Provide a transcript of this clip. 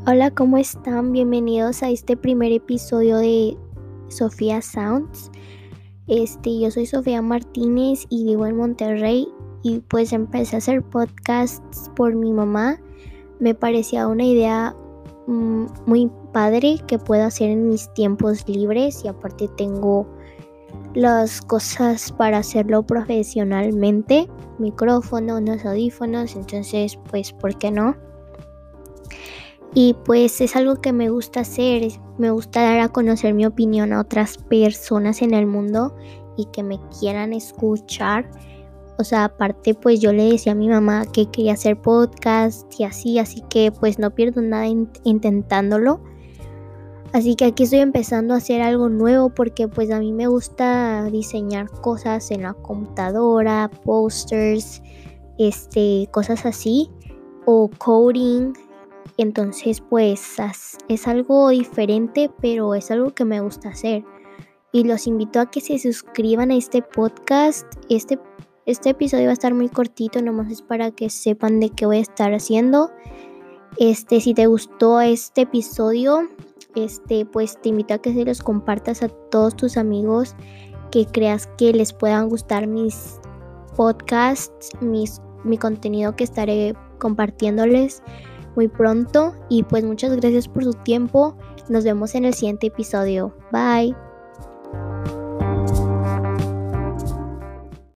Hola, ¿cómo están? Bienvenidos a este primer episodio de Sofía Sounds. Yo soy Sofía Martínez y vivo en Monterrey y pues empecé a hacer podcasts por mi mamá. Me parecía una idea muy padre que puedo hacer en mis tiempos libres y aparte tengo las cosas para hacerlo profesionalmente, micrófono, unos audífonos, entonces pues ¿por qué no? Y pues es algo que me gusta hacer, me gusta dar a conocer mi opinión a otras personas en el mundo y que me quieran escuchar. O sea, aparte pues yo le decía a mi mamá que quería hacer podcast y así que pues no pierdo nada intentándolo. Así que aquí estoy empezando a hacer algo nuevo porque pues a mí me gusta diseñar cosas en la computadora, posters, cosas así o coding. Entonces pues es algo diferente, pero es algo que me gusta hacer. Y los invito a que se suscriban a este podcast. Este episodio va a estar muy cortito, nomás es para que sepan de qué voy a estar haciendo. Si te gustó este episodio, pues te invito a que se los compartas a todos tus amigos que creas que les puedan gustar mis podcasts, mi contenido que estaré compartiéndoles muy pronto. Y pues muchas gracias por su tiempo. Nos vemos en el siguiente episodio. Bye.